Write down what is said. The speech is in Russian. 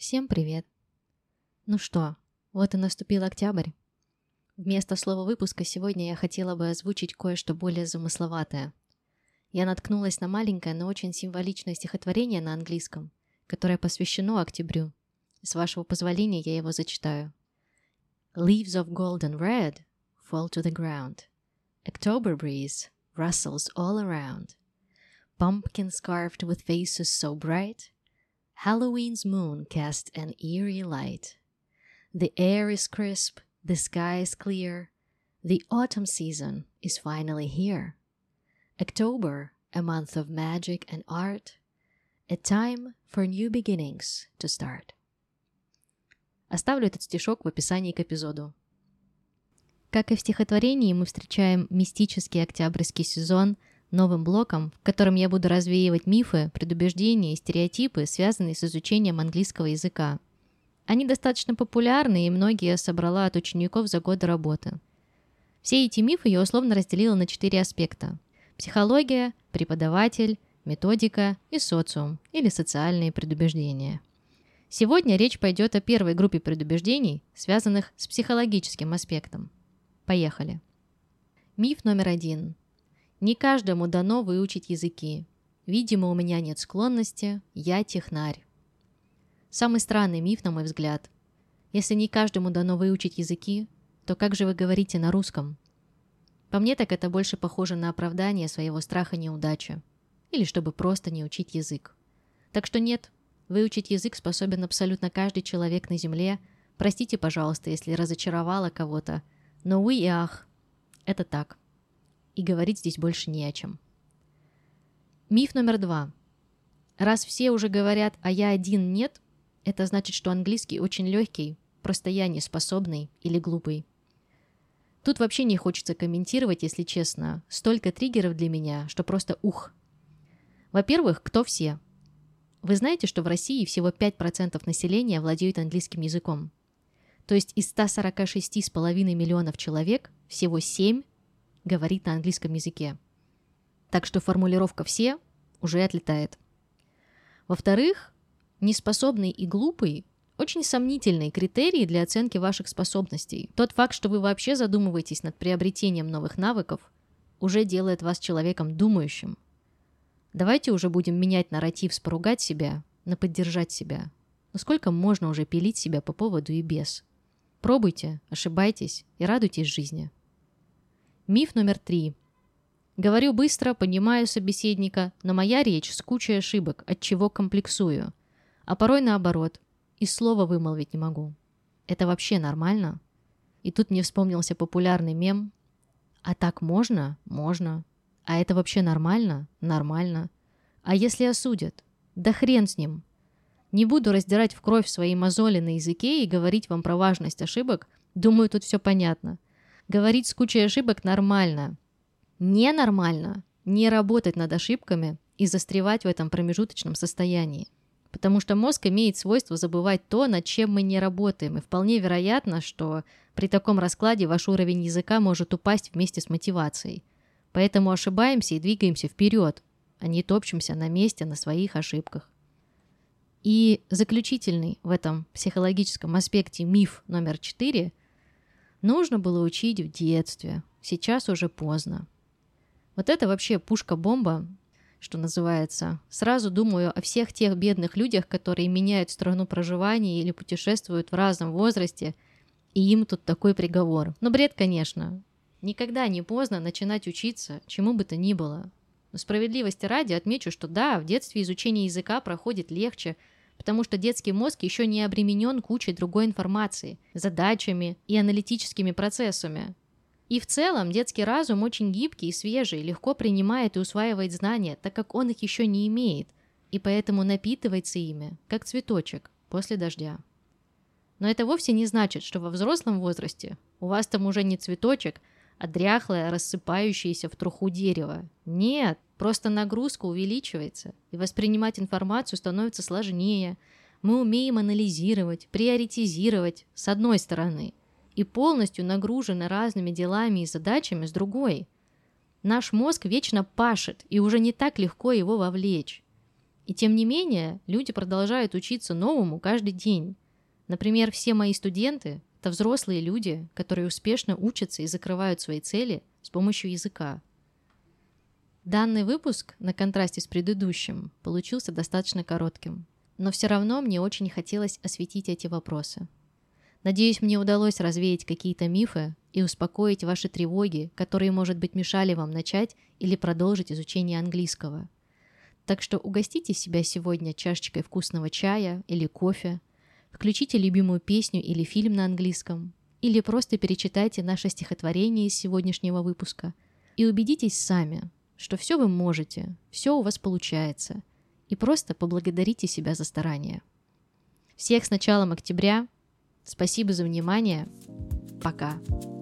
Всем привет! Ну что, вот и наступил октябрь. Вместо слова выпуска сегодня я хотела бы озвучить кое-что более замысловатое. Я наткнулась на маленькое, но очень символичное стихотворение на английском, которое посвящено октябрю. С вашего позволения я его зачитаю. Leaves of golden red fall to the ground. October breeze rustles all around. Pumpkin scarfed with faces so bright. Halloween's moon casts an eerie light. The air is crisp, the sky is clear. The autumn season is finally here. October, a month of magic and art. A time for new beginnings to start. Оставлю этот стишок в описании к эпизоду. Как и в стихотворении, мы встречаем мистический октябрьский сезон новым блоком, в котором я буду развеивать мифы, предубеждения и стереотипы, связанные с изучением английского языка. Они достаточно популярны, и многие я собрала от учеников за годы работы. Все эти мифы я условно разделила на 4 аспекта: психология, преподаватель, методика и социум или социальные предубеждения. Сегодня речь пойдет о первой группе предубеждений, связанных с психологическим аспектом. Поехали. Миф номер 1. Не каждому дано выучить языки. Видимо, у меня нет склонности, я технарь. Самый странный миф, на мой взгляд. Если не каждому дано выучить языки, то как же вы говорите на русском? По мне, так это больше похоже на оправдание своего страха неудачи. Или чтобы просто не учить язык. Так что нет, выучить язык способен абсолютно каждый человек на Земле. Простите, пожалуйста, если разочаровала кого-то, но увы и ах, это так. И говорить здесь больше не о чем. Миф номер 2. Раз все уже говорят, а я один нет, это значит, что английский очень легкий, просто я неспособный или глупый. Тут вообще не хочется комментировать, если честно. Столько триггеров для меня, что просто ух. Во-первых, кто все? Вы знаете, что в России всего 5% населения владеют английским языком? То есть из 146,5 миллионов человек всего 7 говорит на английском языке. Так что формулировка «все» уже отлетает. Во-вторых, неспособный и глупый – очень сомнительные критерии для оценки ваших способностей. Тот факт, что вы вообще задумываетесь над приобретением новых навыков, уже делает вас человеком думающим. Давайте уже будем менять нарратив с поругать себя на поддержать себя. Но сколько можно уже пилить себя по поводу и без? Пробуйте, ошибайтесь и радуйтесь жизни. Миф номер 3. Говорю быстро, понимаю собеседника, но моя речь с кучей ошибок, от чего комплексую. А порой наоборот, и слова вымолвить не могу. Это вообще нормально? И тут мне вспомнился популярный мем. А так можно? Можно. А это вообще нормально? Нормально. А если осудят? Да хрен с ним. Не буду раздирать в кровь свои мозоли на языке и говорить вам про важность ошибок. Думаю, тут все понятно. Говорить с кучей ошибок нормально. Ненормально не работать над ошибками и застревать в этом промежуточном состоянии. Потому что мозг имеет свойство забывать то, над чем мы не работаем. И вполне вероятно, что при таком раскладе ваш уровень языка может упасть вместе с мотивацией. Поэтому ошибаемся и двигаемся вперед, а не топчемся на месте на своих ошибках. И заключительный в этом психологическом аспекте миф номер 4. Нужно было учить в детстве. Сейчас уже поздно. Вот это вообще пушка-бомба, что называется. Сразу думаю о всех тех бедных людях, которые меняют страну проживания или путешествуют в разном возрасте, и им тут такой приговор. Но бред, конечно. Никогда не поздно начинать учиться, чему бы то ни было. Но справедливости ради отмечу, что да, в детстве изучение языка проходит легче, потому что детский мозг еще не обременен кучей другой информации, задачами и аналитическими процессами. И в целом детский разум очень гибкий и свежий, легко принимает и усваивает знания, так как он их еще не имеет, и поэтому напитывается ими, как цветочек после дождя. Но это вовсе не значит, что во взрослом возрасте у вас там уже не цветочек, а дряхлое, рассыпающееся в труху дерево. Нет, просто нагрузка увеличивается, и воспринимать информацию становится сложнее. Мы умеем анализировать, приоритизировать с одной стороны, и полностью нагружены разными делами и задачами с другой. Наш мозг вечно пашет, и уже не так легко его вовлечь. И тем не менее, люди продолжают учиться новому каждый день. Например, все мои студенты – это взрослые люди, которые успешно учатся и закрывают свои цели с помощью языка. Данный выпуск, на контрасте с предыдущим, получился достаточно коротким, но все равно мне очень хотелось осветить эти вопросы. Надеюсь, мне удалось развеять какие-то мифы и успокоить ваши тревоги, которые, может быть, мешали вам начать или продолжить изучение английского. Так что угостите себя сегодня чашечкой вкусного чая или кофе, включите любимую песню или фильм на английском, или просто перечитайте наше стихотворение из сегодняшнего выпуска и убедитесь сами, что все вы можете, все у вас получается, и просто поблагодарите себя за старание. Всех с началом октября! Спасибо за внимание. Пока.